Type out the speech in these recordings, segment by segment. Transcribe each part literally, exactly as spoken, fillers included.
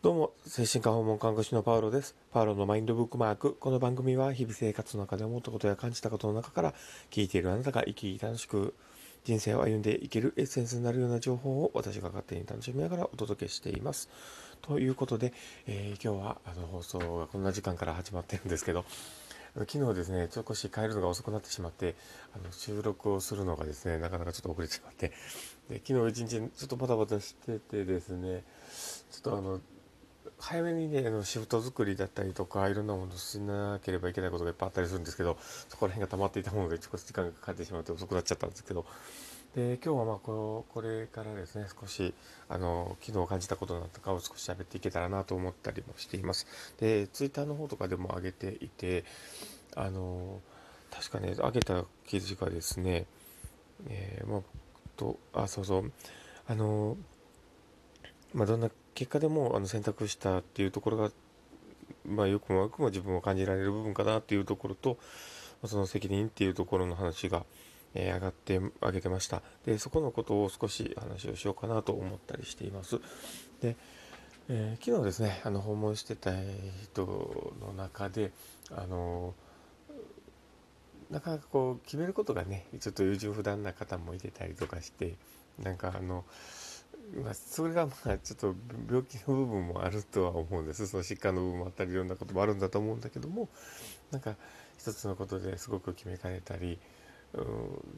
どうも、精神科訪問看護師のパウロです。パウロのマインドブックマーク。この番組は日々生活の中で思ったことや感じたことの中から聞いているあなたが生き楽しく人生を歩んでいけるエッセンスになるような情報を私が勝手に楽しみながらお届けしています。ということで、えー、今日はあの放送がこんな時間から始まってるんですけど、昨日ですね、少し帰るのが遅くなってしまって、あの収録をするのがですね、なかなかちょっと遅れてしまって、で昨日一日ちょっとバタバタしててですね、ちょっとあの、早めにね、あのシフト作りだったりとか、いろんなものをしなければいけないことがいっぱいあったりするんですけど、そこら辺が溜まっていたもので、少し時間がかかってしまって遅くなっちゃったんですけど、で、今日はまあこの、これからですね、少し、あの、昨日感じたことなんかを少し喋っていけたらなと思ったりもしています。で、ツイッターの方とかでも上げていて、あの、確かね、上げた記事がですね、えー、まあ、と、あ、そうそう、あの、まあ、どんな結果でもあの選択したっていうところが、まあ、よくも悪くも自分を感じられる部分かなっていうところと、まあその責任っていうところの話が、えー上がって、上げてました。で、そこのことを少し話をしようかなと思ったりしています。で、えー昨日ですね、あの、訪問してた人の中で、あの、なかなかこう、決めることがね、ちょっと優柔不断な方もいてたりとかして、なんかあの、まあ、それがまあちょっと病気の部分もあるとは思うんです。その疾患の部分もあったりいろんなこともあるんだと思うんだけども、なんか一つのことですごく決めかねたり、うん、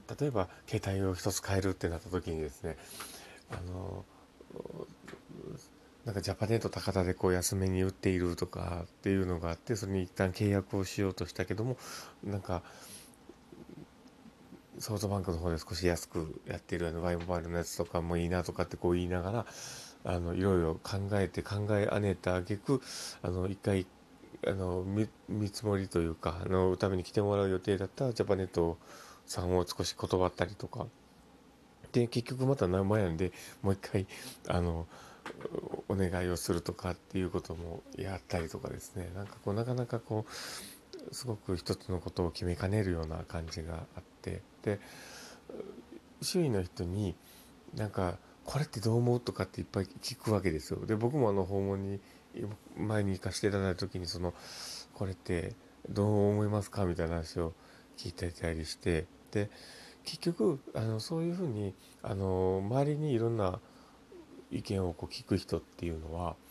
例えば携帯を一つ変えるってなった時にですね、あのなんかジャパネット高田でこう安めに売っているとかっていうのがあって、それに一旦契約をしようとしたけども、なんかソフトバンクの方で少し安くやっているあの Y モバイルのやつとかもいいなとかってこう言いながら、あのいろいろ考えて考えあねた挙句、あの一回あの見見積もりというか、あのために来てもらう予定だったジャパネットさんを少し断ったりとかで、結局また名前なんでもう一回あのお願いをするとかっていうこともやったりとかですね、なんかこうなかなかこうすごく一つのことを決めかねるような感じがあって、で周囲の人になんかこれってどう思うとかっていっぱい聞くわけですよ。で僕もあの訪問に前に行かせていただいた時に、そのこれってどう思いますかみたいな話を聞いていたりして、で結局あのそういうふうにあの周りにいろんな意見をこう聞く人っていうのは、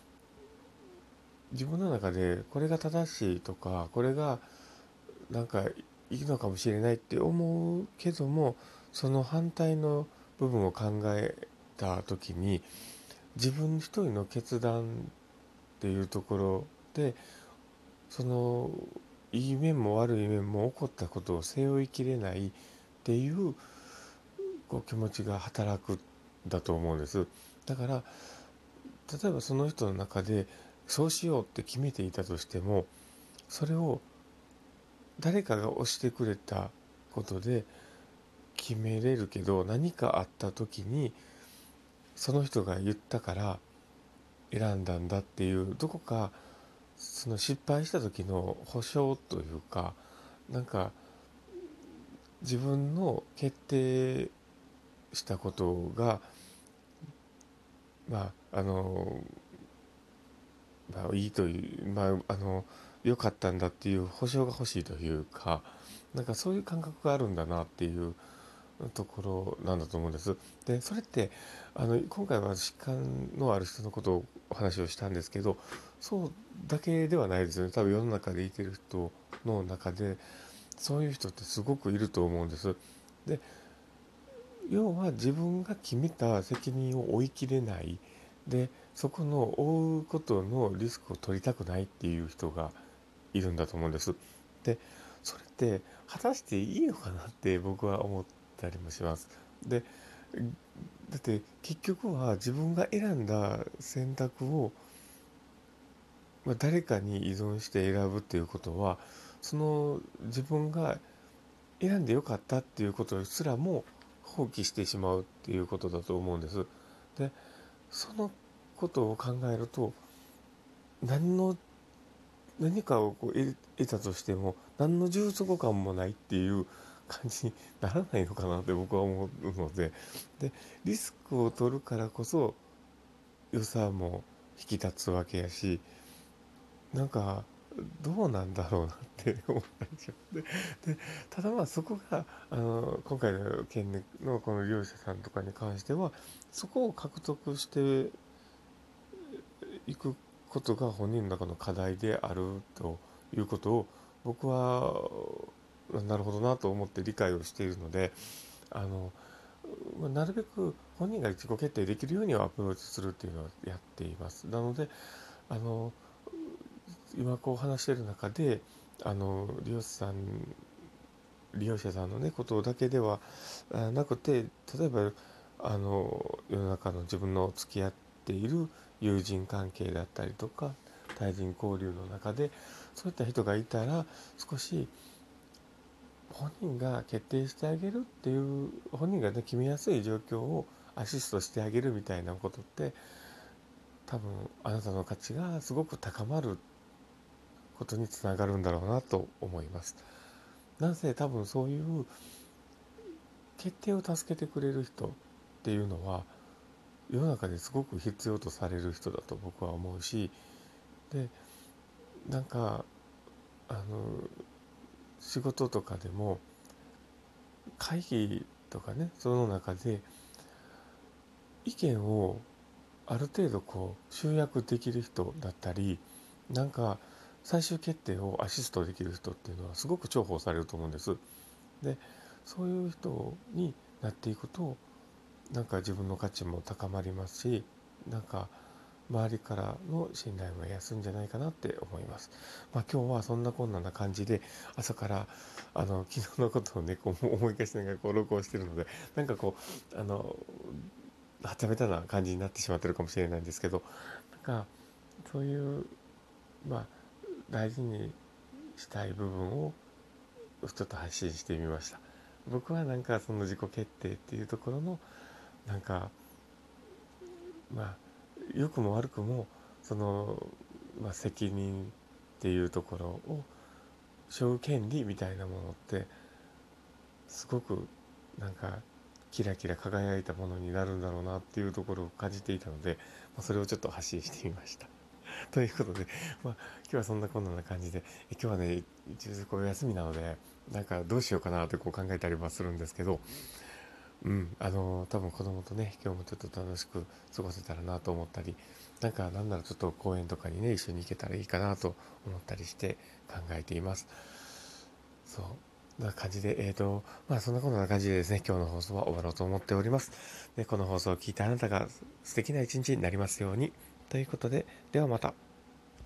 自分の中でこれが正しいとかこれがなんかいいのかもしれないって思うけども、その反対の部分を考えた時に自分一人の決断っていうところで、そのいい面も悪い面も起こったことを背負いきれないっていうこう気持ちが働くんだと思うんです。だから例えばその人の中でそうしようって決めていたとしても、それを誰かが押してくれたことで決めれるけど、何かあった時にその人が言ったから選んだんだっていう、どこかその失敗した時の保証というか、なんか自分の決定したことがまああのまあいいというまああの良かったんだっていう保証が欲しいというか、なんかそういう感覚があるんだなっていうところなんだと思うんです。で、それってあの今回は疾患のある人のことをお話をしたんですけど、そうだけではないですよね。多分世の中で生きてる人の中でそういう人ってすごくいると思うんです。で、要は自分が決めた責任を負いきれない。で、そこの負うことのリスクを取りたくないっていう人がいるんだと思うんです。で、それって果たしていいのかなって僕は思ったりもします。で、だって結局は自分が選んだ選択を、まあ、誰かに依存して選ぶっていうことは、その自分が選んでよかったっていうことすらも放棄してしまうっていうことだと思うんです。で、そのことを考えると、何の何かをこう得得たとしても何の充足感もないっていう感じにならないのかなって僕は思うので、でリスクを取るからこそ良さも引き立つわけやし、なんかどうなんだろうなって思ったりします。で、でただまあそこがあの今回の件のこの利用者さんとかに関しては、そこを獲得していくことが本人の中の課題であるということを僕はなるほどなと思って理解をしているので、あのなるべく本人が自己決定できるようにはアプローチするっていうのをやっています。なのであの今こう話している中であの利用者さん利用者さんのねことだけではなくて、例えばあの世の中の自分の付き合っている友人関係だったりとか対人交流の中でそういった人がいたら、少し本人が決定してあげるっていう、本人がね決めやすい状況をアシストしてあげるみたいなことって、多分あなたの価値がすごく高まることにつながるんだろうなと思います。なんせ多分そういう決定を助けてくれる人っていうのは世の中ですごく必要とされる人だと僕は思うし、でなんかあの仕事とかでも会議とかね、その中で意見をある程度こう集約できる人だったり、なんか最終決定をアシストできる人っていうのはすごく重宝されると思うんです。でそういう人になっていくと、なんか自分の価値も高まりますし、なんか周りからの信頼も得やすいんじゃないかなって思います。まあ、今日はそんなこんなな感じで朝からあの昨日のことをねこう思い返しながらこう録音してるので、なんかこうあのはちゃめちゃな感じになってしまってるかもしれないんですけど、なんかそういうまあ大事にしたい部分をちょっと発信してみました。僕はなんかその自己決定っていうところのなんかまあ良くも悪くもその、まあ、責任っていうところを背負う権利みたいなものってすごくなんかキラキラ輝いたものになるんだろうなっていうところを感じていたので、まあ、それをちょっと発信してみました。ということで、まあ、今日はそんなこんなな感じで、今日はね一応こう休みなので、なんかどうしようかなってこう考えたりはするんですけど、うん、あの多分子供とね今日もちょっと楽しく過ごせたらなと思ったり、なんかなんならちょっと公園とかにね一緒に行けたらいいかなと思ったりして考えています。そうな感じで、えーとまあそんなこんな感じでですね、今日の放送は終わろうと思っております。でこの放送を聞いたあなたが素敵な一日になりますようにということで、ではまた。